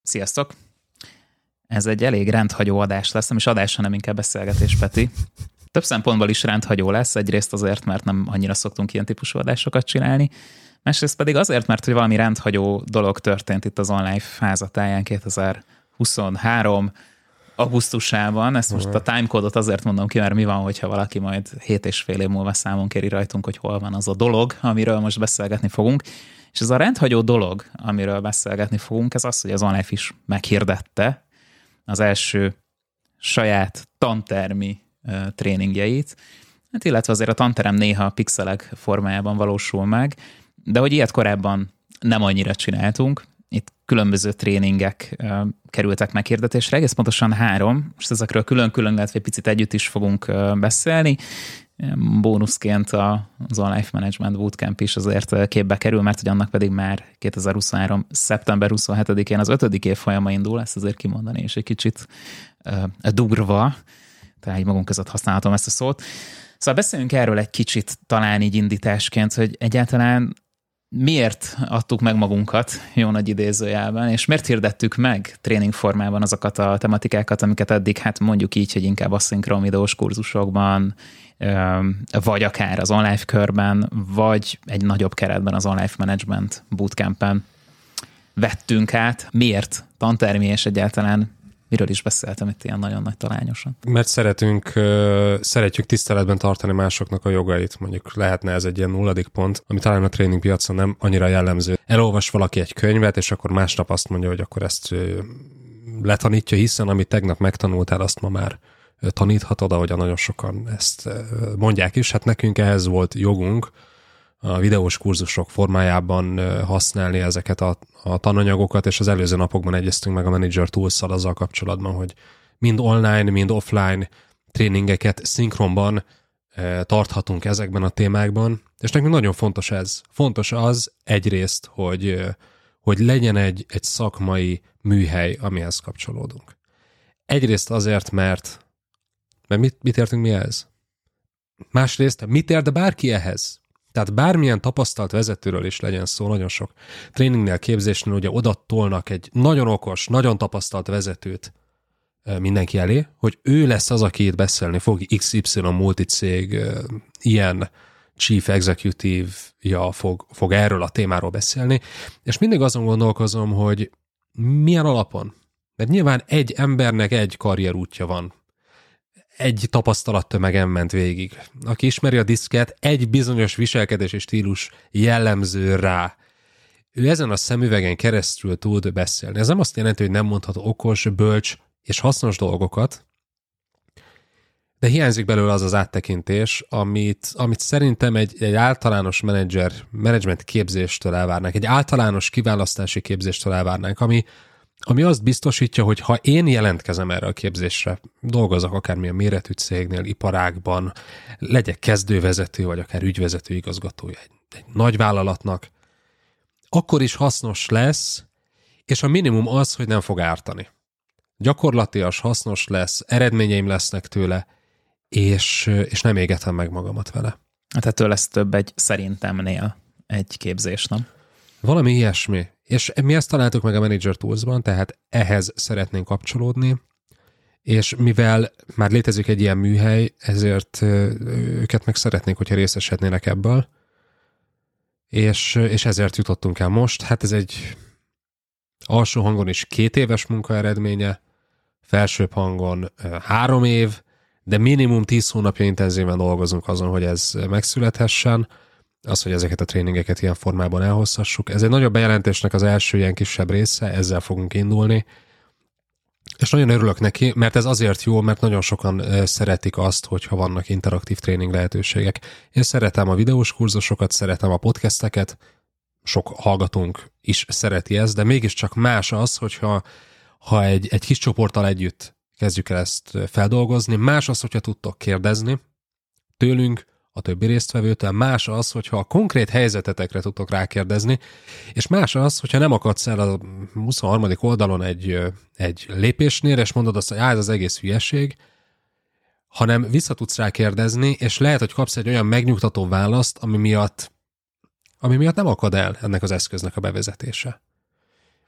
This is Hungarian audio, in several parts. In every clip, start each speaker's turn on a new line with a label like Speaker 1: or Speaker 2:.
Speaker 1: Sziasztok! Ez egy elég rendhagyó adás lesz, nem is adás, hanem inkább beszélgetés, Peti. Több szempontból is rendhagyó lesz, egyrészt azért, mert nem annyira szoktunk ilyen típusú adásokat csinálni, másrészt pedig azért, mert hogy valami rendhagyó dolog történt itt az online házatáján 2023 augusztusában. Ezt most a timecode-ot azért mondom ki, mert mi van, hogyha valaki majd 7,5 év múlva számon kéri rajtunk, hogy hol van az a dolog, amiről most beszélgetni fogunk. És ez a rendhagyó dolog, amiről beszélgetni fogunk, ez az, hogy az OnLive is meghirdette az első saját tantermi tréningjeit, hát illetve azért a tanterem néha pixelek formájában valósul meg, de hogy ilyet korábban nem annyira csináltunk. Itt különböző tréningek kerültek meghirdetésre, egész pontosan 3, most ezekről külön-külön, illetve egy picit együtt is fogunk beszélni. Bónuszként az OnLive Management Bootcamp is azért képbe kerül, mert hogy annak pedig már 2023. szeptember 27-én az 5. évfolyama indul, ezt azért kimondani, és egy kicsit durva, tehát így magunk között használhatom ezt a szót. Szóval beszéljünk erről egy kicsit talán így indításként, hogy egyáltalán miért adtuk meg magunkat, jó nagy idézőjelben, és miért hirdettük meg tréning formában azokat a tematikákat, amiket eddig, hát mondjuk így, hogy inkább aszinkron videós kurzusokban, vagy akár az OnLive körben, vagy egy nagyobb keretben az OnLive Management Bootcampen vettünk át. Miért tantermi, és egyáltalán miről is beszéltem itt ilyen nagyon nagy talányosan?
Speaker 2: Mert szeretjük tiszteletben tartani másoknak a jogait. Mondjuk lehetne ez egy ilyen 0. pont, ami talán a tréningpiacon nem annyira jellemző. Elolvas valaki egy könyvet, és akkor másnap azt mondja, hogy akkor ezt letanítja, hiszen amit tegnap megtanultál, azt ma már taníthatod, ahogyan nagyon sokan ezt mondják is. Hát nekünk ehhez volt jogunk a videós kurzusok formájában használni ezeket a tananyagokat, és az előző napokban egyeztünk meg a Manager Tools-szal azzal kapcsolatban, hogy mind online, mind offline tréningeket szinkronban tarthatunk ezekben a témákban, és nekünk nagyon fontos ez. Fontos az egyrészt, hogy legyen egy szakmai műhely, amihez kapcsolódunk. Egyrészt azért, mert mit értünk mi ehhez? Másrészt, mit ért bárki ehhez? Tehát bármilyen tapasztalt vezetőről is legyen szó, nagyon sok tréningnél, képzésnél ugye oda tolnak egy nagyon okos, nagyon tapasztalt vezetőt mindenki elé, hogy ő lesz az, aki itt beszélni fog, XY multicég, ilyen chief executive-ja fog erről a témáról beszélni, és mindig azon gondolkozom, hogy milyen alapon? Mert nyilván egy embernek egy karrierútja van. Egy tapasztalattömegen ment végig. Aki ismeri a diszket, egy bizonyos viselkedési stílus jellemző rá. Ő ezen a szemüvegen keresztül tud beszélni. Ez nem azt jelenti, hogy nem mondhat okos, bölcs és hasznos dolgokat, de hiányzik belőle az az áttekintés, amit szerintem egy általános menedzsment képzéstől elvárnánk, egy általános kiválasztási képzéstől elvárnánk, ami azt biztosítja, hogy ha én jelentkezem erre a képzésre, dolgozok akármilyen méretű cégnél, iparágban, legyek kezdővezető, vagy akár ügyvezető igazgatója egy nagy vállalatnak, akkor is hasznos lesz, és a minimum az, hogy nem fog ártani. Gyakorlatias, hasznos lesz, eredményeim lesznek tőle, és nem égetem meg magamat vele.
Speaker 1: Hát ettől lesz több egy szerintemnél egy képzés, nem?
Speaker 2: Valami ilyesmi. És mi ezt találtuk meg a Manager Tools-ban, tehát ehhez szeretnénk kapcsolódni, és mivel már létezik egy ilyen műhely, ezért őket meg szeretnénk, hogyha részesednének ebből, és ezért jutottunk el most. Hát ez egy alsó hangon is 2 éves munka eredménye, felsőbb hangon 3 év, de minimum 10 hónapja intenzíven dolgozunk azon, hogy ez megszülethessen, az, hogy ezeket a tréningeket ilyen formában elhozhassuk. Ez egy nagyobb bejelentésnek az első ilyen kisebb része, ezzel fogunk indulni. És nagyon örülök neki, mert ez azért jó, mert nagyon sokan szeretik azt, hogyha vannak interaktív tréning lehetőségek. Én szeretem a videós kurzusokat, szeretem a podcasteket, sok hallgatónk is szereti ezt, de mégiscsak más az, hogyha egy kis csoporttal együtt kezdjük el ezt feldolgozni. Más az, hogyha tudtok kérdezni tőlünk, a többi résztvevőtől, más az, hogyha a konkrét helyzetetekre tudtok rákérdezni, és más az, hogyha nem akadsz el a 23. oldalon egy lépésnél, és mondod azt, hogy ez az egész hülyeség, hanem vissza tudsz rákérdezni, és lehet, hogy kapsz egy olyan megnyugtató választ, ami miatt nem akad el ennek az eszköznek a bevezetése.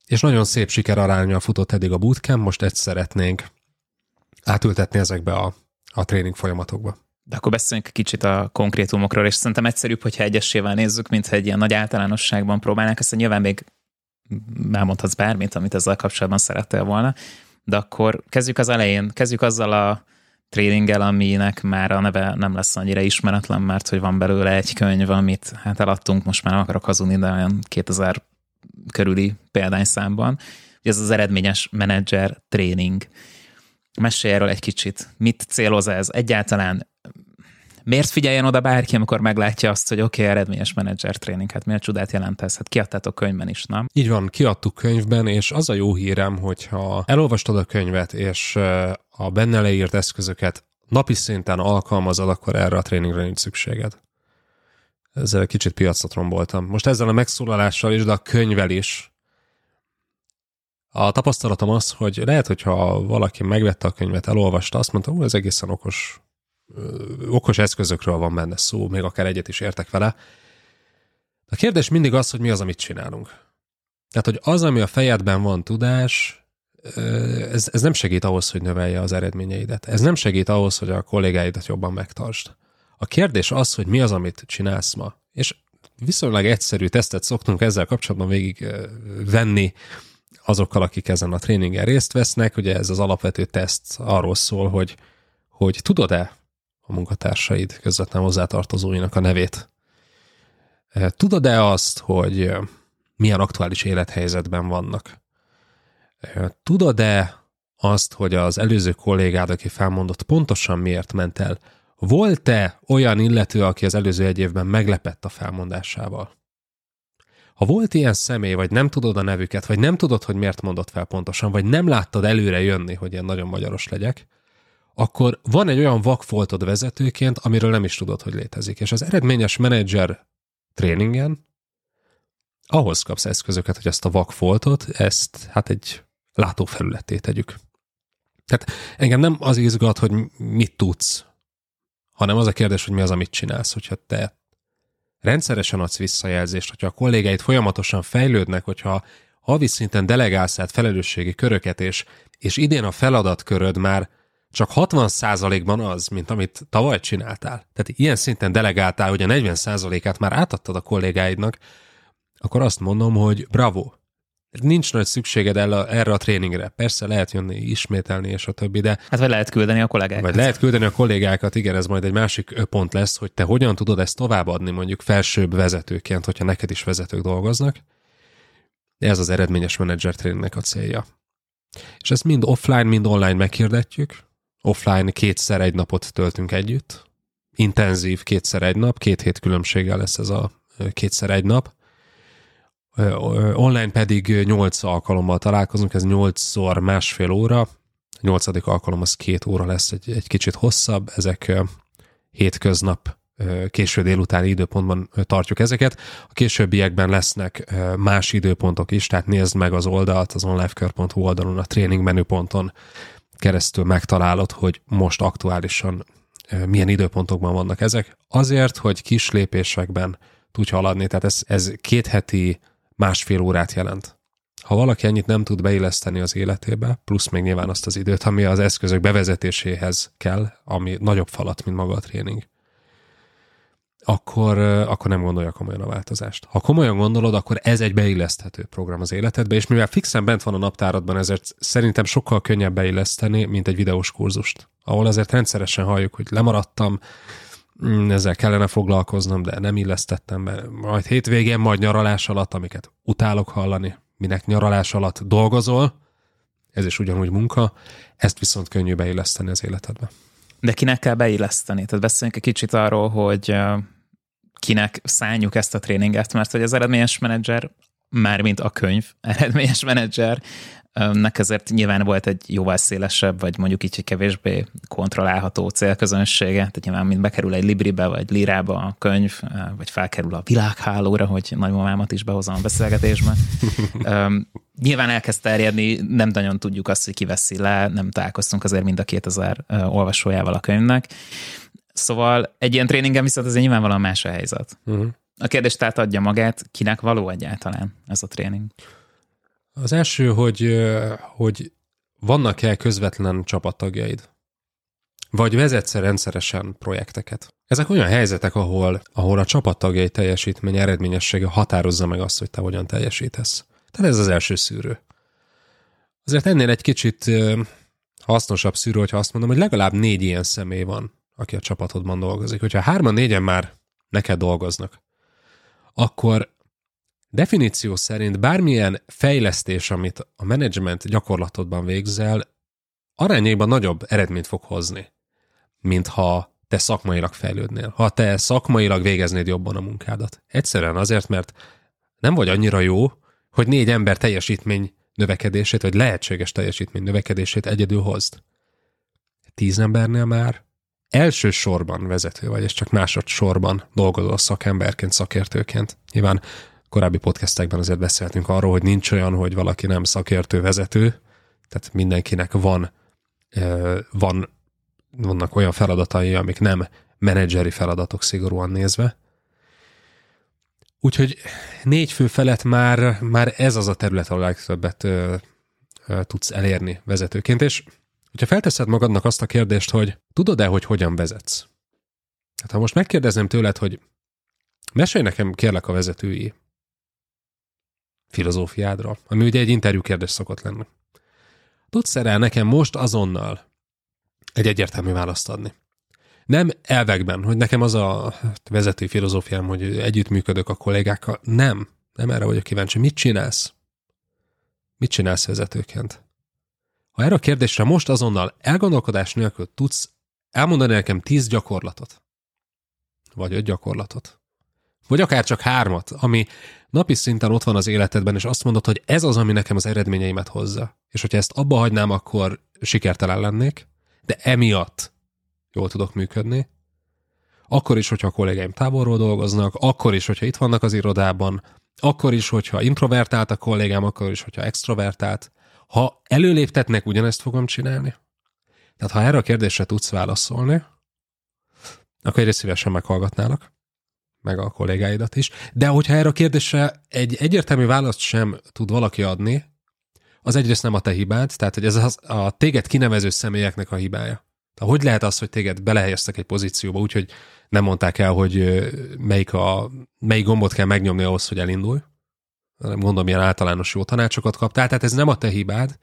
Speaker 2: És nagyon szép sikeraránnyal futott eddig a bootcamp, most ezt szeretnénk átültetni ezekbe a tréning folyamatokba.
Speaker 1: De akkor beszéljünk kicsit a konkrétumokról, és szerintem egyszerűbb, hogyha egyesével nézzük, mintha egy ilyen nagy általánosságban próbálnánk, aztán nyilván még elmondhatsz bármit, amit ezzel kapcsolatban szerettél volna, de akkor kezdjük az elején, kezdjük azzal a tréninggel, aminek már a neve nem lesz annyira ismeretlen, mert hogy van belőle egy könyv, amit hát eladtunk, most már nem akarok hazudni, de olyan 2000 körüli példányszámban. Ugye ez az eredményes menedzser tréning. Mesélj erről egy kicsit. Mit céloz ez? Egyáltalán miért figyeljen oda bárki, amikor meglátja azt, hogy oké, eredményes menedzser tréning, hát mi a csodát jelent ez? Hát kiadtátok könyvben is, nem?
Speaker 2: Így van, kiadtuk könyvben, és az a jó hírem, hogyha elolvastad a könyvet, és a benne leírt eszközöket napi szinten alkalmazod, akkor erre a tréningre nincs szükséged. Ezzel kicsit piacot romboltam. Most ezzel a megszólalással is, de a könyvvel is. A tapasztalatom az, hogy lehet, hogyha valaki megvette a könyvet, elolvasta, azt mondta, ez egészen okos eszközökről van benne szó, még akár egyet is értek vele. A kérdés mindig az, hogy mi az, amit csinálunk. Tehát, hogy az, ami a fejedben van tudás, ez nem segít ahhoz, hogy növelje az eredményeidet. Ez nem segít ahhoz, hogy a kollégáidat jobban megtartsd. A kérdés az, hogy mi az, amit csinálsz ma. És viszonylag egyszerű tesztet szoktunk ezzel kapcsolatban végig venni azokkal, akik ezen a tréningen részt vesznek. Ugye ez az alapvető teszt arról szól, hogy tudod-e a munkatársaid közvetlen hozzátartozóinak a nevét? Tudod-e azt, hogy milyen aktuális élethelyzetben vannak? Tudod-e azt, hogy az előző kollégád, aki felmondott, pontosan miért ment el? Volt-e olyan illető, aki az előző egy évben meglepett a felmondásával? Ha volt ilyen személy, vagy nem tudod a nevüket, vagy nem tudod, hogy miért mondott fel pontosan, vagy nem láttad előre jönni, hogy ilyen nagyon magyaros legyek, akkor van egy olyan vakfoltod vezetőként, amiről nem is tudod, hogy létezik. És az eredményes menedzser tréningen ahhoz kapsz eszközöket, hogy ezt a vakfoltot, ezt hát egy látófelületté tegyük. Tehát engem nem az izgat, hogy mit tudsz, hanem az a kérdés, hogy mi az, amit csinálsz. Hogyha te rendszeresen adsz visszajelzést, hogyha a kollégáid folyamatosan fejlődnek, hogyha havi szinten delegálsz át felelősségi köröket, és idén a feladatköröd már csak 60%-ban az, mint amit tavaly csináltál. Tehát ilyen szinten delegáltál, hogy a 40%-át már átadtad a kollégáidnak, akkor azt mondom, hogy bravo. Nincs nagy szükséged erre a tréningre. Persze lehet jönni, ismételni, és a többi, de...
Speaker 1: Hát vagy lehet küldeni a kollégákat.
Speaker 2: Vagy lehet küldeni a kollégákat, igen, ez majd egy másik pont lesz, hogy te hogyan tudod ezt továbbadni mondjuk felsőbb vezetőként, hogyha neked is vezetők dolgoznak. Ez az eredményes menedzser tréningnek a célja. És ezt mind offline, mind online meghirdetjük. Offline 2x egy napot töltünk együtt. Intenzív 2x egy nap, 2 hét különbséggel lesz ez a 2x egy nap. Online pedig 8 alkalommal találkozunk, ez 8-szor másfél óra. A 8. alkalom az 2 óra lesz, egy kicsit hosszabb. Ezek hétköznap késő délutáni időpontban tartjuk ezeket. A későbbiekben lesznek más időpontok is, tehát nézd meg az oldalt, az onlifekör.hu oldalon, a tréning menüponton keresztül megtalálod, hogy most aktuálisan milyen időpontokban vannak ezek. Azért, hogy kis lépésekben tudj haladni, tehát ez 2 heti másfél órát jelent. Ha valaki ennyit nem tud beilleszteni az életébe, plusz még nyilván azt az időt, ami az eszközök bevezetéséhez kell, ami nagyobb falat, mint maga a tréning, akkor nem gondolja komolyan a változást. Ha komolyan gondolod, akkor ez egy beilleszthető program az életedbe, és mivel fixen bent van a naptáradban, ezért szerintem sokkal könnyebb beilleszteni, mint egy videós kurzust, ahol azért rendszeresen halljuk, hogy lemaradtam, ezzel kellene foglalkoznom, de nem illesztettem be. Majd hétvégén, majd nyaralás alatt, amiket utálok hallani, minek nyaralás alatt dolgozol, ez is ugyanúgy munka, ezt viszont könnyű beilleszteni az életedbe.
Speaker 1: De kinek kell beilleszteni? Tehát beszéljünk egy kicsit arról, hogy kinek szálljuk ezt a tréninget, mert hogy az eredményes menedzser, mármint a könyv eredményes menedzser, nek ezért nyilván volt egy jóval szélesebb, vagy mondjuk így egy kevésbé kontrollálható célközönsége, tehát nyilván mind bekerül egy Libribe, vagy Lirába a könyv, vagy felkerül a világhálóra, hogy nagymamámat is behozom a beszélgetésbe. Nyilván elkezd terjedni, nem nagyon tudjuk azt, hogy ki veszi le, nem találkoztunk azért mind a 2000 olvasójával a könyvnek. Szóval egy ilyen tréningen viszont ez nyilvánvalóan más a helyzet. Uh-huh. A kérdés tehát adja magát, kinek való egyáltalán ez a tréning?
Speaker 2: Az első, hogy vannak-e közvetlen csapattagjaid? Vagy vezetsz-e rendszeresen projekteket? Ezek olyan helyzetek, ahol a csapattagjai teljesítmény eredményessége határozza meg azt, hogy te hogyan teljesítesz. Tehát ez az első szűrő. Azért ennél egy kicsit hasznosabb szűrő, hogyha azt mondom, hogy legalább 4 ilyen személy van, aki a csapatodban dolgozik. Hogyha 3-4-en már neked dolgoznak, akkor definíció szerint bármilyen fejlesztés, amit a menedzsment gyakorlatodban végzel, arányaiban nagyobb eredményt fog hozni, mint ha te szakmailag fejlődnél. Ha te szakmailag végeznéd jobban a munkádat. Egyszerűen azért, mert nem vagy annyira jó, hogy 4 ember teljesítmény növekedését, vagy lehetséges teljesítmény növekedését egyedül hozd. 10 embernél már elsősorban vezető vagy, és csak másodszorban dolgozol szakemberként, szakértőként. Nyilván korábbi podcastekben azért beszéltünk arról, hogy nincs olyan, hogy valaki nem szakértő vezető, tehát mindenkinek vannak olyan feladatai, amik nem menedzseri feladatok szigorúan nézve. Úgyhogy 4 fő felett már ez az a terület, ahol legtöbbet tudsz elérni vezetőként, és hogyha felteszed magadnak azt a kérdést, hogy tudod-e, hogy hogyan vezetsz? Hát ha most megkérdezném tőled, hogy mesélj nekem kérlek a vezetői filozófiádról, ami ugye egy interjú kérdés szokott lenni. Tudsz erre nekem most azonnal egy egyértelmű választ adni? Nem elvekben, hogy nekem az a vezetői filozófiám, hogy együttműködök a kollégákkal. Nem erre vagyok kíváncsi. Mit csinálsz? Mit csinálsz vezetőként? Ha erre a kérdésre most azonnal elgondolkodás nélkül tudsz elmondani nekem 10 gyakorlatot, vagy 5 gyakorlatot, vagy akár csak 3, ami napi szinten ott van az életedben, és azt mondod, hogy ez az, ami nekem az eredményeimet hozza. És hogyha ezt abba hagynám, akkor sikertelen lennék, de emiatt jól tudok működni. Akkor is, hogyha a kollégáim távolról dolgoznak, akkor is, hogyha itt vannak az irodában, akkor is, hogyha introvertált a kollégám, akkor is, hogyha extrovertált. Ha előléptetnek, ugyanezt fogom csinálni. Tehát ha erre a kérdésre tudsz válaszolni, akkor egyrészt szívesen meghallgatnálak, meg a kollégáidat is. De hogyha erre a kérdésre egy egyértelmű választ sem tud valaki adni, az egyrészt nem a te hibád, tehát hogy ez a téged kinevező személyeknek a hibája. Tehát hogy lehet az, hogy téged belehelyeztek egy pozícióba, úgyhogy nem mondták el, hogy melyik gombot kell megnyomni ahhoz, hogy elindulj. Nem gondolom, ilyen általános jó tanácsokat kaptál, tehát ez nem a te hibád,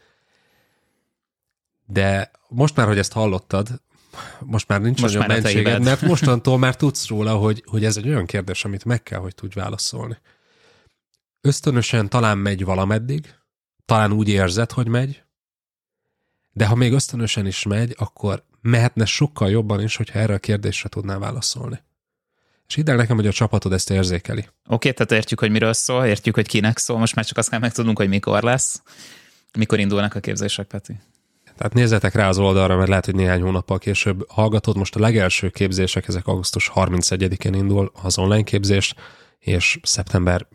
Speaker 2: de most már, hogy ezt hallottad, most már nincs olyan mentséged, mert mostantól már tudsz róla, hogy ez egy olyan kérdés, amit meg kell, hogy tudj válaszolni. Ösztönösen talán megy valameddig, talán úgy érzed, hogy megy, de ha még ösztönösen is megy, akkor mehetne sokkal jobban is, hogyha erre a kérdésre tudnál válaszolni. És hidd el nekem, hogy a csapatod ezt érzékeli.
Speaker 1: Oké, tehát értjük, hogy miről szól, értjük, hogy kinek szól, most már csak azt kell megtudnunk, hogy mikor lesz. Mikor indulnak a képzések, Peti?
Speaker 2: Tehát nézzetek rá az oldalra, mert lehet, hogy néhány hónappal később hallgatod. Most a legelső képzések, ezek augusztus 31-én indul az online képzés, és szeptember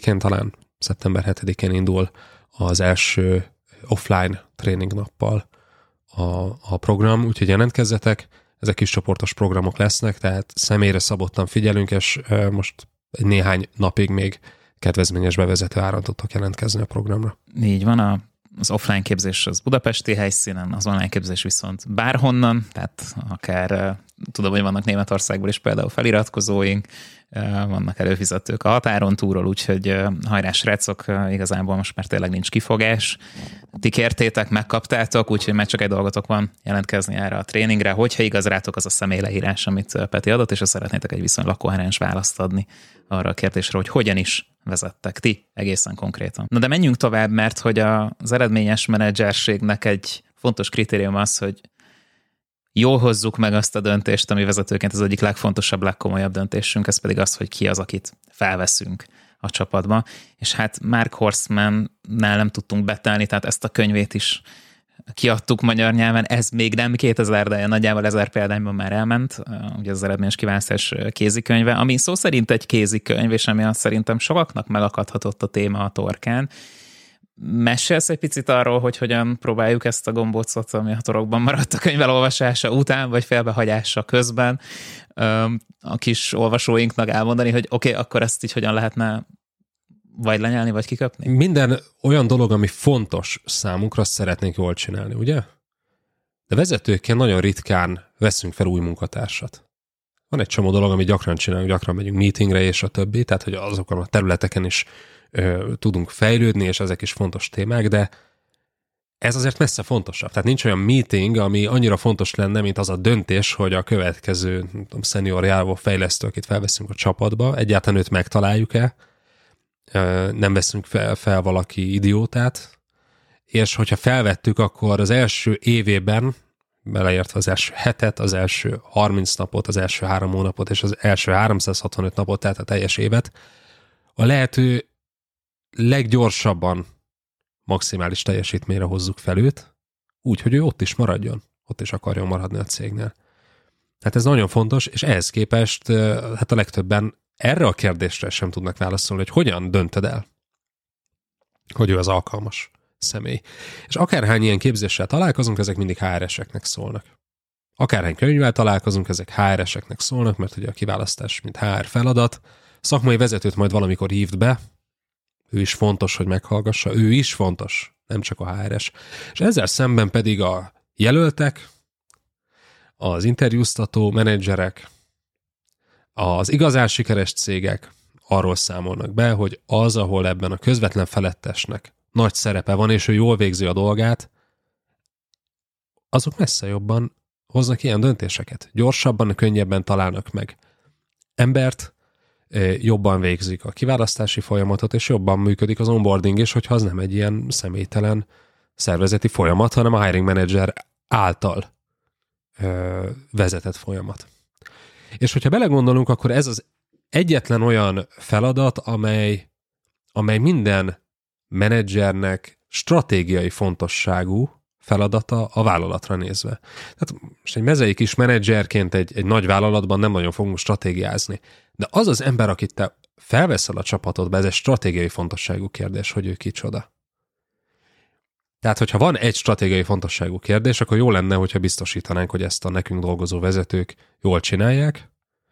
Speaker 2: 7-én indul az első offline tréning nappal a program, úgyhogy jelentkezzetek, ezek kis csoportos programok lesznek, tehát személyre szabottan figyelünk, és most egy néhány napig még kedvezményes bevezető áron tudtok jelentkezni a programra.
Speaker 1: Így van, az offline képzés az budapesti helyszínen, az online képzés viszont bárhonnan, tehát akár tudom, hogy vannak Németországból is például feliratkozóink, vannak előfizetők a határon túlról, úgyhogy hajrá srácok, igazából most már tényleg nincs kifogás. Ti kértétek, megkaptátok, úgyhogy már csak egy dolgotok van jelentkezni erre a tréningre, hogyha igaz rátok az a személyleírás, amit Peti adott, és ha szeretnétek egy viszonylag koherens választ adni arra a kérdésre, hogy hogyan is vezettek ti egészen konkrétan. Na de menjünk tovább, mert hogy az eredményes menedzserségnek egy fontos kritérium az, hogy jól hozzuk meg azt a döntést, ami vezetőként az egyik legfontosabb, legkomolyabb döntésünk, ez pedig az, hogy ki az, akit felveszünk a csapatba. És hát Mark Horstmannál nem tudtunk betelni, tehát ezt a könyvét is kiadtuk magyar nyelven, ez még nem 2000, de nagyjából 1000 példányban már elment, ugye az eredményes kiválasztás kézikönyve, ami szó szerint egy kézikönyv, és ami azt szerintem sokaknak megakadhatott a téma a torkán. Mesélsz egy picit arról, hogy hogyan próbáljuk ezt a gombócot, ami a torokban maradt a könyv elolvasása után, vagy félbehagyása közben a kis olvasóinknak elmondani, hogy oké, akkor ezt így hogyan lehetne vagy lenyelni, vagy kiköpni?
Speaker 2: Minden olyan dolog, ami fontos számunkra, azt szeretnénk jól csinálni, ugye? De vezetőként nagyon ritkán veszünk fel új munkatársat. Van egy csomó dolog, amit gyakran csinálunk, gyakran megyünk meetingre és a többi, tehát hogy azokon a területeken is tudunk fejlődni, és ezek is fontos témák, de ez azért messze fontosabb. Tehát nincs olyan meeting, ami annyira fontos lenne, mint az a döntés, hogy a következő senior Java fejlesztő, akit felveszünk a csapatba, egyáltalán őt megtaláljuk-e, nem veszünk fel valaki idiótát, és hogyha felvettük, akkor az első évében, beleértve az első hetet, az első 30 napot, az első 3 hónapot, és az első 365 napot, tehát a teljes évet, a lehető leggyorsabban maximális teljesítményre hozzuk fel őt, úgy, hogy ő ott is maradjon, ott is akarjon maradni a cégnél. Hát ez nagyon fontos, és ehhez képest hát a legtöbben erre a kérdésre sem tudnak válaszolni, hogy hogyan döntöd el, hogy ő az alkalmas személy. És akárhány ilyen képzéssel találkozunk, ezek mindig HR-eseknek szólnak. Akárhány könyvvel találkozunk, ezek HR-eseknek szólnak, mert ugye a kiválasztás, mint HR feladat, szakmai vezetőt majd valamikor hívd be, ő is fontos, hogy meghallgassa, ő is fontos, nem csak a HR-es. És ezzel szemben pedig a jelöltek, az interjúztató menedzserek, az igazán sikeres cégek arról számolnak be, hogy az, ahol ebben a közvetlen felettesnek nagy szerepe van, és ő jól végzi a dolgát, azok messze jobban hoznak ilyen döntéseket. Gyorsabban, könnyebben találnak meg embert, jobban végzik a kiválasztási folyamatot, és jobban működik az onboarding is, hogyha az nem egy ilyen személytelen szervezeti folyamat, hanem a hiring manager által vezetett folyamat. És hogyha belegondolunk, akkor ez az egyetlen olyan feladat, amely minden menedzsernek stratégiai fontosságú feladata a vállalatra nézve. Tehát most egy mezei kis menedzserként egy nagy vállalatban nem nagyon fogunk stratégiázni. De az az ember, akit te felveszel a csapatodba, ez egy stratégiai fontosságú kérdés, hogy ő kicsoda. Tehát, hogyha van egy stratégiai fontosságú kérdés, akkor jó lenne, hogyha biztosítanánk, hogy ezt a nekünk dolgozó vezetők jól csinálják,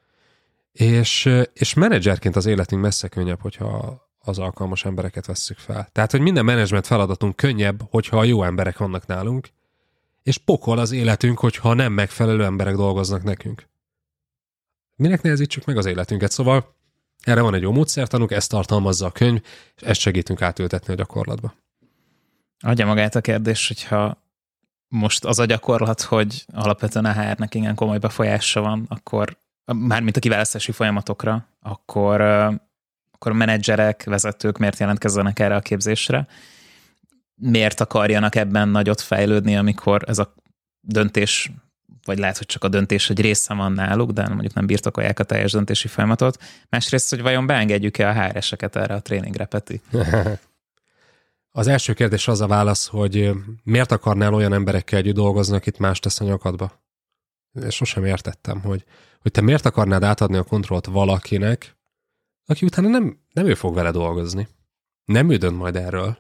Speaker 2: és menedzserként az életünk messze könnyebb, hogyha az alkalmas embereket vesszük fel. Tehát, hogy minden menedzsment feladatunk könnyebb, hogyha a jó emberek vannak nálunk, és pokol az életünk, hogyha nem megfelelő emberek dolgoznak nekünk. Minek nehezítsük meg az életünket? Szóval erre van egy jó módszertanunk, ezt tartalmazza a könyv, és ezt segítünk átültetni a gyakorlatba.
Speaker 1: Adja magát a kérdés, hogyha most az a gyakorlat, hogy alapvetően a HR-nek igen komoly befolyása van, akkor mármint a kiválasztási folyamatokra, akkor a menedzserek, vezetők miért jelentkezzenek erre a képzésre? Miért akarjanak ebben nagyot fejlődni, amikor ez a döntés, vagy lehet, hogy csak a döntés egy része van náluk, de mondjuk nem birtokolják a teljes döntési folyamatot. Másrészt, hogy vajon beengedjük-e a HR-eseket erre a tréningre, Peti?
Speaker 2: Az első kérdés az a válasz, hogy miért akarnál olyan emberekkel együtt dolgozni, akit más tesz a nyakadba? Sosem értettem, hogy te miért akarnád átadni a kontrollt valakinek, aki utána nem ő fog vele dolgozni. Nem ő dönt majd erről.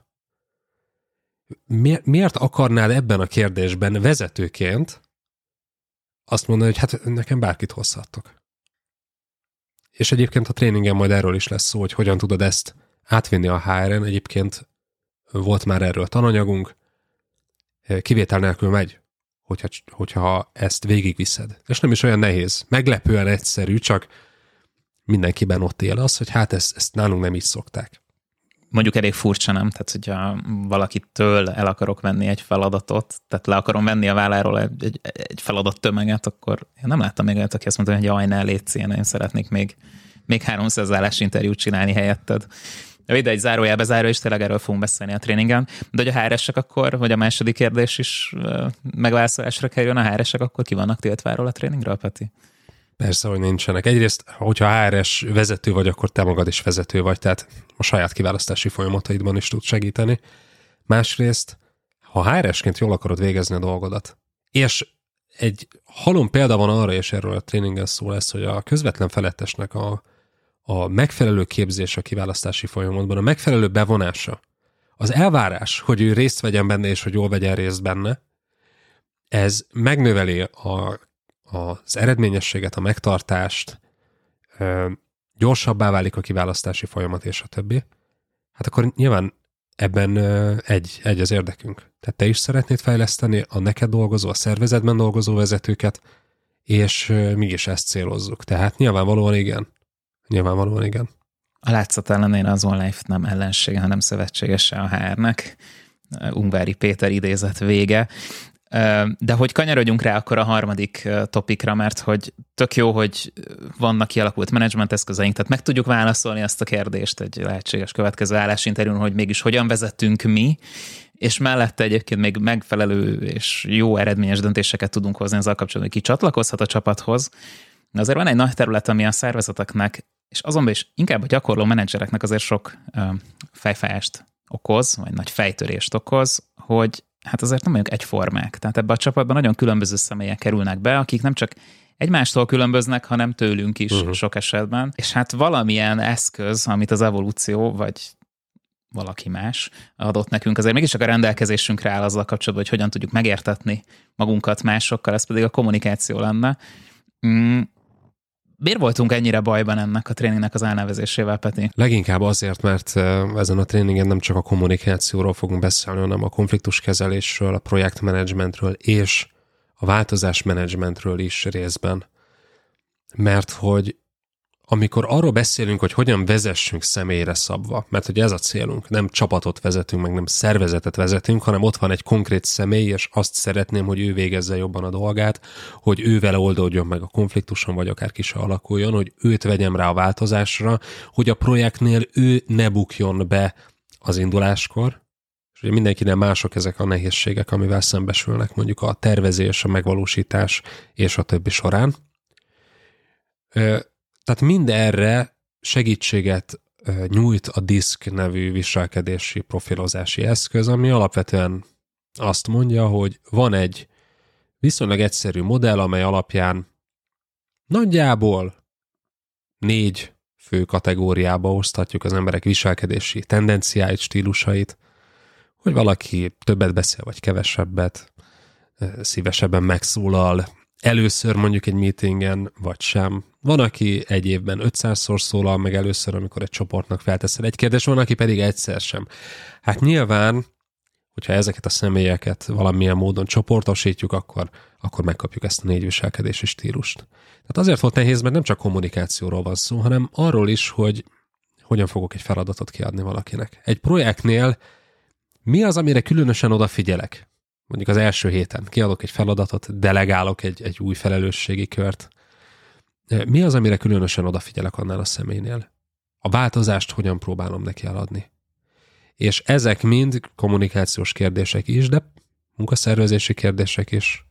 Speaker 2: Miért akarnád ebben a kérdésben vezetőként azt mondani, hogy hát nekem bárkit hozhattok? És egyébként a tréningen majd erről is lesz szó, hogy hogyan tudod ezt átvinni a HR-en. Egyébként volt már erről tananyagunk. Kivétel nélkül megy, hogyha ezt végigviszed. És nem is olyan nehéz. Meglepően egyszerű, csak mindenkiben ott él az, hogy hát ezt nálunk nem így szokták.
Speaker 1: Mondjuk elég furcsa, nem? Tehát, hogyha valakitől el akarok venni egy feladatot, tehát le akarom venni a válláról egy feladat tömeget, akkor én nem láttam még olyat, aki azt mondta, hogy jaj, ne létsz ilyen, én szeretnék még 300 állásinterjút csinálni helyetted. Ide egy zárójelbe záró, és tényleg erről fogunk beszélni a tréningen. De hogy a HR-esek akkor, vagy a második kérdés is megválaszolásra kerül, a HR-esek akkor ki vannak tiltva erről a tréningről, Peti?
Speaker 2: Persze, hogy nincsenek. Egyrészt, hogyha HR-es vezető vagy, akkor te magad is vezető vagy, tehát a saját kiválasztási folyamataidban is tud segíteni. Másrészt, ha HR-esként jól akarod végezni a dolgodat, és egy halom példa van arra, és erről a tréningen szó lesz, hogy a közvetlen felettesnek a megfelelő képzés a kiválasztási folyamatban, a megfelelő bevonása, az elvárás, hogy ő részt vegyen benne, és hogy jól vegyen részt benne, ez megnöveli az eredményességet, a megtartást, gyorsabbá válik a kiválasztási folyamat, és a többi. hát akkor nyilván ebben egy az érdekünk. Tehát te is szeretnéd fejleszteni a neked dolgozó, a szervezetben dolgozó vezetőket, és mégis ezt célozzuk. Tehát nyilvánvalóan igen.
Speaker 1: A látszat ellenére az OnLife nem ellensége, hanem szövetségese a HR-nek. Ungvári Péter idézet vége. De hogy kanyarodjunk rá akkor a harmadik topikra, mert hogy tök jó, hogy vannak kialakult menedzsment eszközeink, tehát meg tudjuk válaszolni azt a kérdést egy lehetséges következő állásinterjún, hogy mégis hogyan vezetünk mi, és mellette egyébként még megfelelő és jó eredményes döntéseket tudunk hozni azzal kapcsolatban, hogy ki csatlakozhat a csapathoz. De azért van egy nagy terület, ami a szervezeteknek, és azonban is inkább a gyakorló menedzsereknek azért sok fejfájást okoz, vagy nagy fejtörést okoz, hogy hát azért nem vagyunk egyformák. Tehát ebben a csapatban nagyon különböző személyek kerülnek be, akik nem csak egymástól különböznek, hanem tőlünk is sok esetben. És hát valamilyen eszköz, amit az evolúció, vagy valaki más adott nekünk, azért mégis csak a rendelkezésünkre áll azzal kapcsolatban, hogy hogyan tudjuk megértetni magunkat másokkal, ez pedig a kommunikáció lenne. Miért voltunk ennyire bajban ennek a tréningnek az elnevezésével, Peti?
Speaker 2: Leginkább azért, mert ezen a tréningen nem csak a kommunikációról fogunk beszélni, hanem a konfliktuskezelésről, a projektmenedzsmentről és a változásmenedzsmentről is részben. Mert hogy amikor arról beszélünk, hogy hogyan vezessünk személyre szabva, mert hogy ez a célunk, nem csapatot vezetünk, meg nem szervezetet vezetünk, hanem ott van egy konkrét személy, és azt szeretném, hogy ő végezze jobban a dolgát, hogy ő vele oldódjon meg a konfliktuson, vagy akár ki se alakuljon, hogy őt vegyem rá a változásra, hogy a projektnél ő ne bukjon be az induláskor, és ugye mindenkinek mások ezek a nehézségek, amivel szembesülnek mondjuk a tervezés, a megvalósítás és a többi során. Tehát mindenre segítséget nyújt a DISC nevű viselkedési profilozási eszköz, ami alapvetően azt mondja, hogy van egy viszonylag egyszerű modell, amely alapján nagyjából 4 fő kategóriába oszthatjuk az emberek viselkedési tendenciáit, stílusait, hogy valaki többet beszél, vagy kevesebbet, szívesebben megszólal, először mondjuk egy meetingen, vagy sem. Van, aki egy évben 500-szor szólal meg először, amikor egy csoportnak felteszel egy kérdést, van, aki pedig egyszer sem. Hát nyilván, hogyha ezeket a személyeket valamilyen módon csoportosítjuk, akkor megkapjuk ezt a 4 viselkedési stílust. Tehát azért volt nehéz, mert nem csak kommunikációról van szó, hanem arról is, hogy hogyan fogok egy feladatot kiadni valakinek. Egy projektnél mi az, amire különösen odafigyelek? Mondjuk az első héten kiadok egy feladatot, delegálok egy új felelősségi kört. Mi az, amire különösen odafigyelek annál a személynél? A változást hogyan próbálom neki eladni? És ezek mind kommunikációs kérdések is, de munkaszervezési kérdések is,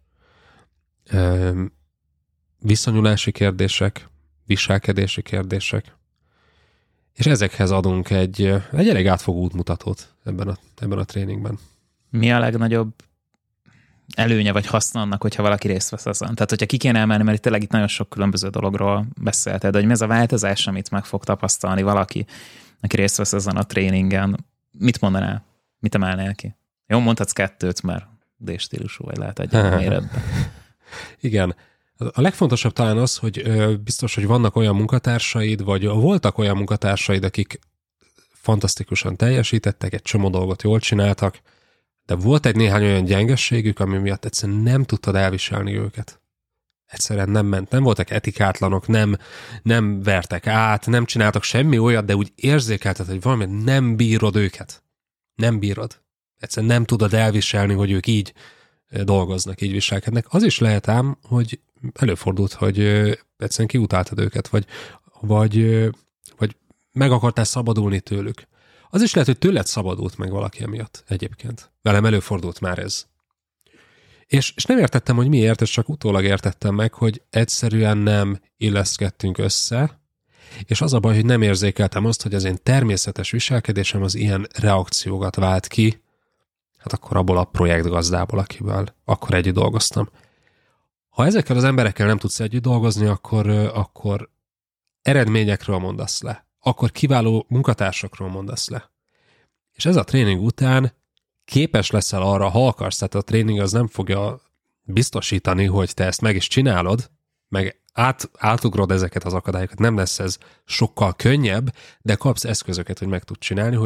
Speaker 2: viszonyulási kérdések, viselkedési kérdések, és ezekhez adunk egy elég átfogó útmutatót ebben a tréningben.
Speaker 1: Mi a legnagyobb előnye vagy haszna annak, hogyha valaki részt vesz azon? Tehát, hogyha ki kéne emelni, mert tényleg itt nagyon sok különböző dologról beszélted, hogy mi ez a változás, amit meg fog tapasztalni valaki, aki részt vesz ezen a tréningen, mit mondanál? Mit emelnél ki? Jó, mondhatsz 2, mert D-stílusú vagy lehet egy méretben.
Speaker 2: Igen. A legfontosabb talán az, hogy biztos, hogy vannak olyan munkatársaid, vagy voltak olyan munkatársaid, akik fantasztikusan teljesítettek, egy csomó dolgot jól csináltak, de volt egy néhány olyan gyengességük, ami miatt egyszerűen nem tudtad elviselni őket. Egyszerűen nem ment, nem voltak etikátlanok, nem vertek át, nem csináltak semmi olyat, de úgy érzékelted, hogy valami nem bírod őket. Nem bírod. Egyszerűen nem tudod elviselni, hogy ők így dolgoznak, így viselkednek. Az is lehet ám, hogy előfordult, hogy egyszerűen kiutáltad őket, vagy meg akartál szabadulni tőlük. Az is lehet, hogy tőled szabadult meg valaki emiatt egyébként. Velem előfordult már ez. És nem értettem, hogy miért, és csak utólag értettem meg, hogy egyszerűen nem illeszkedtünk össze, és az a baj, hogy nem érzékeltem azt, hogy az én természetes viselkedésem az ilyen reakciókat vált ki, hát akkor abból a projektgazdából, akivel akkor együtt dolgoztam. Ha ezekkel az emberekkel nem tudsz együtt dolgozni, akkor eredményekről mondasz le. Akkor kiváló munkatársakról mondasz le. És ez a tréning után képes leszel arra, ha akarsz, tehát a tréning az nem fogja biztosítani, hogy te ezt meg is csinálod, meg átugrod ezeket az akadályokat, nem lesz ez sokkal könnyebb, de kapsz eszközöket, hogy meg tud csinálni, hogy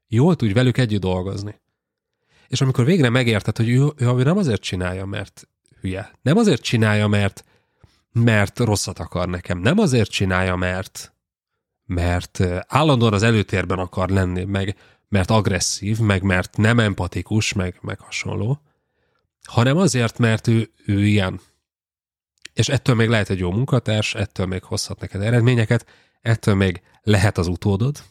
Speaker 2: Jól tudj velük együtt dolgozni. És amikor végre megérted, hogy ő nem azért csinálja, mert hülye. Nem azért csinálja, mert rosszat akar nekem. Nem azért csinálja, mert állandóan az előtérben akar lenni, mert agresszív, mert nem empatikus, meg hasonló, hanem azért, mert ő ilyen. És ettől még lehet egy jó munkatárs, ettől még hozhat neked eredményeket, ettől még lehet az utódod,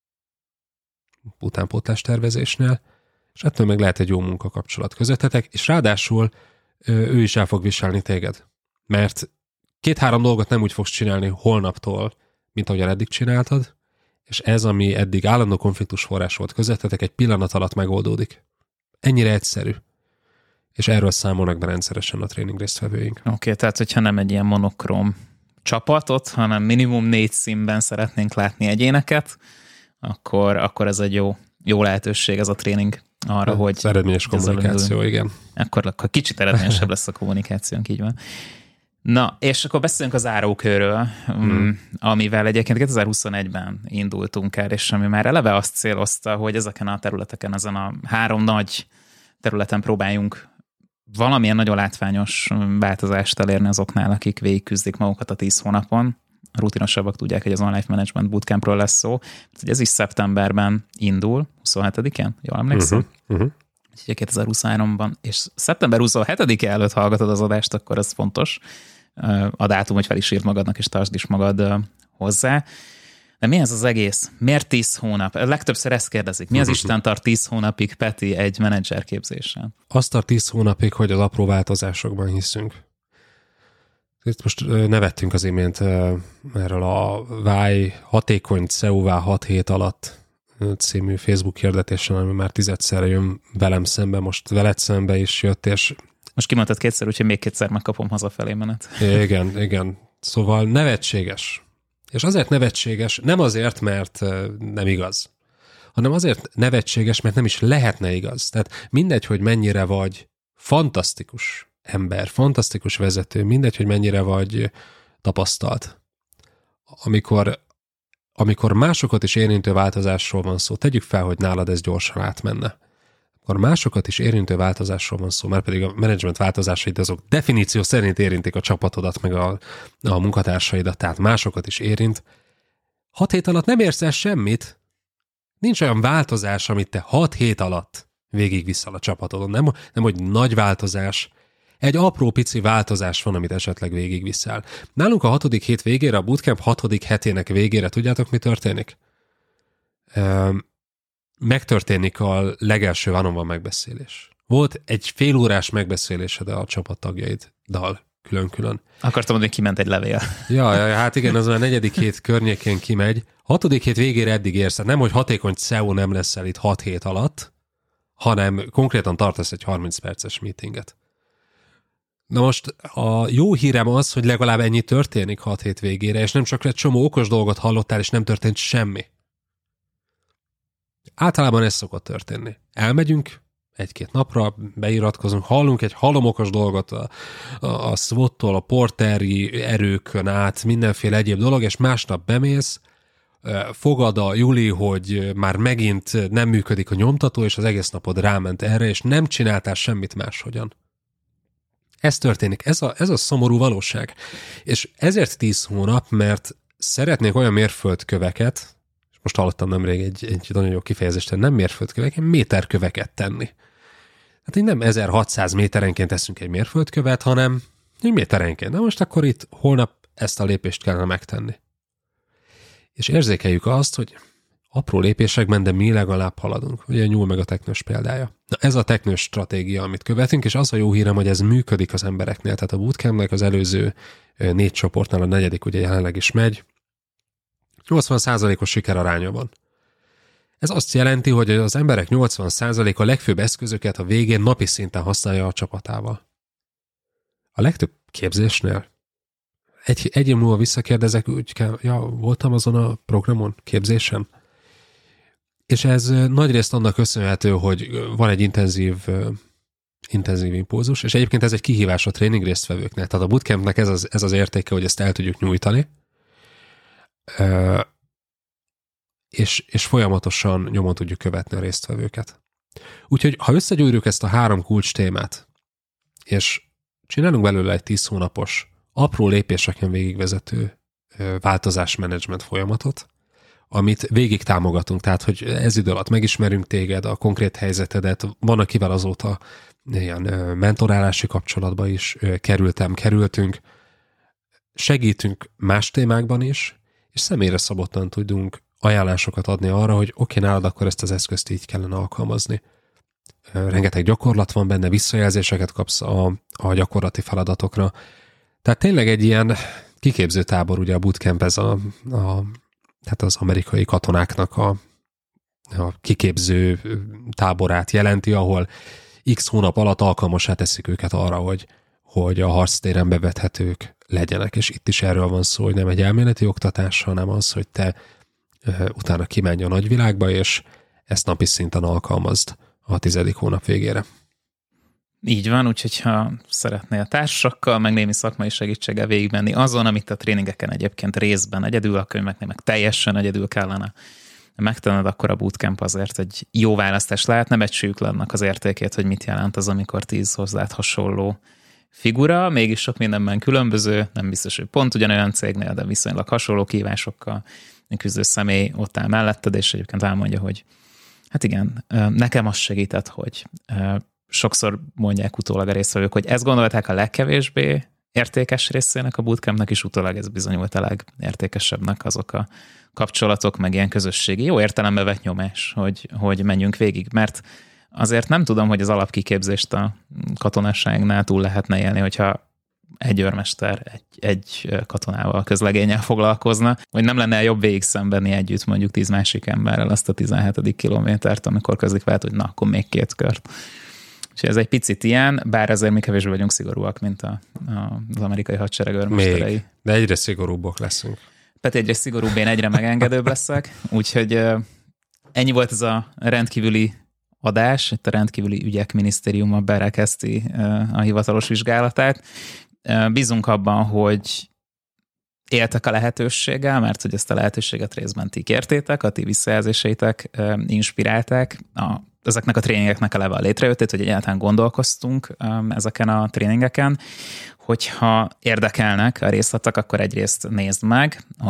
Speaker 2: utánpótlás tervezésnél, és ettől még lehet egy jó munkakapcsolat közöttetek, és ráadásul ő is el fog viselni téged. Mert 2-3 dolgot nem úgy fogsz csinálni holnaptól, mint ahogyan eddig csináltad, és ez, ami eddig állandó konfliktus forrás volt közöttetek, egy pillanat alatt megoldódik. Ennyire egyszerű. És erről számolnak be rendszeresen a tréning résztvevőink.
Speaker 1: Oké, tehát hogyha nem egy ilyen monokróm csapatot, hanem minimum 4 színben szeretnénk látni egyéneket, akkor ez egy jó lehetőség, ez a tréning arra, hogy...
Speaker 2: Az eredményes kommunikáció, igen.
Speaker 1: Akkor kicsit eredményesebb lesz a kommunikációnk, így van. Na, és akkor beszéljünk az zárókörről, amivel egyébként 2021-ben indultunk el, és ami már eleve azt célozta, hogy ezeken a területeken, ezen a 3 nagy területen próbáljunk valamilyen nagyon látványos változást elérni azoknál, akik végigküzdik magukat a 10 hónapon. A rutinosabbak tudják, hogy az Online Management Bootcampről lesz szó. Ez is szeptemberben indul, 27-én, jól emlékszem? Úgyhogy 2023-ban, és szeptember 27-e előtt hallgatod az adást, akkor ez fontos. A dátum, hogy fel is írt magadnak, és tartsd is magad hozzá. De mi ez az egész? Miért 10 hónap? Legtöbbször ezt kérdezik. Mi az Isten tart 10 hónapig, Peti, egy menedzserképzésen?
Speaker 2: Azt tart 10 hónapig, hogy az apró változásokban hiszünk. Itt most nevettünk az imént erről a Válj hatékony CEU-vá 6 hét alatt című Facebook hirdetésen, ami már 10-szerre jön velem szembe, most veled szembe is jött, és...
Speaker 1: Most kimondtad 2-szer, úgyhogy még 2-szer megkapom hazafelé menet.
Speaker 2: Igen. Szóval nevetséges. És azért nevetséges, nem azért, mert nem igaz, hanem azért nevetséges, mert nem is lehetne igaz. Tehát mindegy, hogy mennyire vagy fantasztikus ember, fantasztikus vezető, mindegy, hogy mennyire vagy tapasztalt. Amikor másokat is érintő változásról van szó, tegyük fel, hogy nálad ez gyorsan átmenne. Akkor másokat is érintő változásról van szó, mert pedig a menedzsment változásaid azok definíció szerint érintik a csapatodat, meg a munkatársaidat, tehát másokat is érint. 6 hét alatt nem érsz el semmit. Nincs olyan változás, amit te 6 hét alatt végigviszel a csapatodon. Nem, hogy nagy változás, egy apró pici változás van, amit esetleg végigviszel. Nálunk a 6. hét végére, a bootcamp 6. hetének végére, tudjátok, mi történik? Megtörténik a legelső one-on-one megbeszélés. Volt egy félórás megbeszélésed a csapattagjaiddal külön-külön.
Speaker 1: Akartam mondani, hogy kiment egy levél.
Speaker 2: Ja, hát igen, az a 4. hét környékén kimegy. 6. hét végére eddig érsz. Tehát nem, hogy hatékony CEO nem leszel itt 6 hét alatt, hanem konkrétan tartasz egy 30 perces meetinget. Na most a jó hírem az, hogy legalább ennyi történik 6 hét végére, és nem csak egy csomó okos dolgot hallottál, és nem történt semmi. Általában ez szokott történni. Elmegyünk 1-2 napra, beiratkozunk, hallunk egy halomokos dolgot a SWOT-tól, a porteri erőkön át, mindenféle egyéb dolog, és másnap bemész, fogad a Juli, hogy már megint nem működik a nyomtató, és az egész napod ráment erre, és nem csináltál semmit máshogyan. Ez történik, ez a szomorú valóság. És ezért 10 hónap, mert szeretnék olyan mérföldköveket, és most hallottam nemrég egy nagyon jó kifejezést, nem mérföldköveket, méterköveket tenni. Hát így nem 1600 méterenként teszünk egy mérföldkövet, hanem egy méterenként. Na most akkor itt holnap ezt a lépést kellene megtenni. És érzékeljük azt, hogy apró lépésekben, de mi legalább haladunk. Ugye nyúl meg a teknős példája. Na ez a teknős stratégia, amit követünk, és az a jó hírem, hogy ez működik az embereknél. Tehát a bootcampnek az előző 4 csoportnál a 4. ugye jelenleg is megy. 80%-os sikeraránya van. Ez azt jelenti, hogy az emberek 80%-a legfőbb eszközöket a végén napi szinten használja a csapatával. A legtöbb képzésnél egy év múlva visszakérdezek, úgy kell, voltam azon a programon, képzésen. És ez nagyrészt annak köszönhető, hogy van egy intenzív impulzus, és egyébként ez egy kihívás a tréning résztvevőknek. Tehát a bootcampnek ez az értéke, hogy ezt el tudjuk nyújtani. és folyamatosan nyomon tudjuk követni a résztvevőket. Úgyhogy, ha összegyűrjük ezt a 3 kulcs témát, és csinálunk belőle egy 10 hónapos, apró lépéseken végigvezető változásmenedzsment folyamatot, amit végig támogatunk, tehát, hogy ez idő alatt megismerünk téged, a konkrét helyzetedet, van akivel azóta ilyen mentorálási kapcsolatba is kerültünk, segítünk más témákban is, és személyre szabottan tudunk ajánlásokat adni arra, hogy oké, nálad akkor ezt az eszközt így kellene alkalmazni. Rengeteg gyakorlat van benne, visszajelzéseket kapsz a gyakorlati feladatokra. Tehát tényleg egy ilyen kiképző tábor, ugye a bootcamp, ez tehát az amerikai katonáknak a kiképző táborát jelenti, ahol x hónap alatt alkalmassá teszik őket arra, hogy a harctéren bevethetők legyenek. És itt is erről van szó, hogy nem egy elméleti oktatás, hanem az, hogy te utána kimenj a nagyvilágba, és ezt napi szinten alkalmazd a 10. hónap végére.
Speaker 1: Így van, úgyhogy ha szeretnél társakkal, meg némi szakmai segítséggel végigmenni azon, amit a tréningeken egyébként részben egyedül, a könyveknél meg teljesen egyedül kellene megtenned, akkor a bootcamp azért egy jó választás lehet. Ne becsüljük le annak az értékét, hogy mit jelent az, amikor 10 hozzád hasonló figura, mégis sok mindenben különböző, nem biztos, hogy pont ugyanolyan cégnél, de viszonylag hasonló kihívásokkal küzdő személy ott áll melletted, és egyébként elmondja, hogy hát igen, nekem az segített, hogy sokszor mondják utólag a résztvevők, hogy ezt gondolták a legkevésbé értékes részének a bootcampnek, és utólag ez bizonyult a legértékesebbnek azok a kapcsolatok, meg ilyen közösségi, jó értelembe vett nyomás, hogy menjünk végig, mert azért nem tudom, hogy az alapkiképzést a katonasságnál túl lehetne élni, hogyha egy őrmester egy katonával, közlegénnyel foglalkozna, hogy nem lenne jobb végig szenvedni együtt mondjuk 10 másik emberrel azt a 17. kilométert, amikor közlik veled, hogy na, akkor még 2 kört. És ez egy picit ilyen, bár azért mi kevésbé vagyunk szigorúak, mint az amerikai hadsereg őrmesterei.
Speaker 2: Még, de egyre szigorúbbak leszünk.
Speaker 1: Peti egyre szigorúbb, én egyre megengedőbb leszek, úgyhogy ennyi volt ez a rendkívüli adás, itt a rendkívüli ügyek minisztériuma berekezti a hivatalos vizsgálatát. Bízunk abban, hogy éltek a lehetőséggel, mert hogy ezt a lehetőséget részben ti kértétek, a ti visszajelzéseitek inspirálták ezeknek a tréningeknek eleve a létrejöttét, hogy egyáltalán gondolkoztunk ezeken a tréningeken. Hogyha érdekelnek a részletek, akkor egyrészt nézd meg a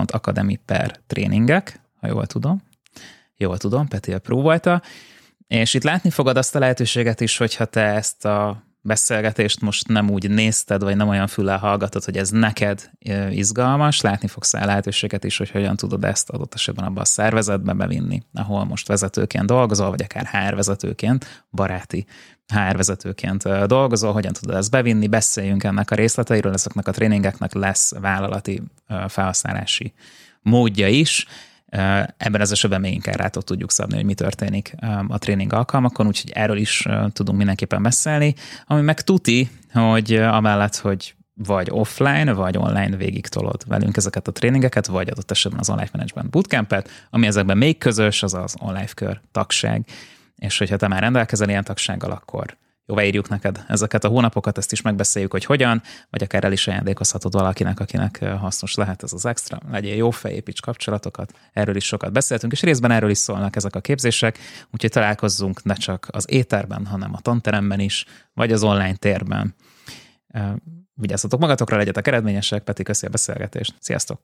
Speaker 1: live.academy/tréningek, ha jól tudom. Jól tudom, Peti próbálta. És itt látni fogod azt a lehetőséget is, hogyha te ezt a beszélgetést most nem úgy nézted, vagy nem olyan füllel hallgatod, hogy ez neked izgalmas, látni fogsz el lehetőséget is, hogy hogyan tudod ezt adott esetben abba a szervezetbe bevinni, ahol most vezetőként dolgozol, vagy akár HR vezetőként, baráti HR vezetőként dolgozol, hogyan tudod ezt bevinni, beszéljünk ennek a részleteiről, ezeknek a tréningeknek lesz vállalati felhasználási módja is. Ebben az esetben még inkább rá tudjuk szabni, hogy mi történik a tréning alkalmakon, úgyhogy erről is tudunk mindenképpen beszélni. Ami meg tuti, hogy amellett, hogy vagy offline, vagy online végig tolod velünk ezeket a tréningeket, vagy adott esetben az Online Management Bootcampet, ami ezekben még közös, az az online kör tagság. És hogyha te már rendelkezel ilyen tagsággal, akkor jóváírjuk neked ezeket a hónapokat, ezt is megbeszéljük, hogy hogyan, vagy akár el is ajándékozhatod valakinek, akinek hasznos lehet ez az extra. Legyél jó fej, építs kapcsolatokat, erről is sokat beszéltünk, és részben erről is szólnak ezek a képzések, úgyhogy találkozzunk ne csak az éterben, hanem a tanteremben is, vagy az online térben. Vigyázzatok magatokra, legyetek eredményesek, Peti, köszi a beszélgetést. Sziasztok!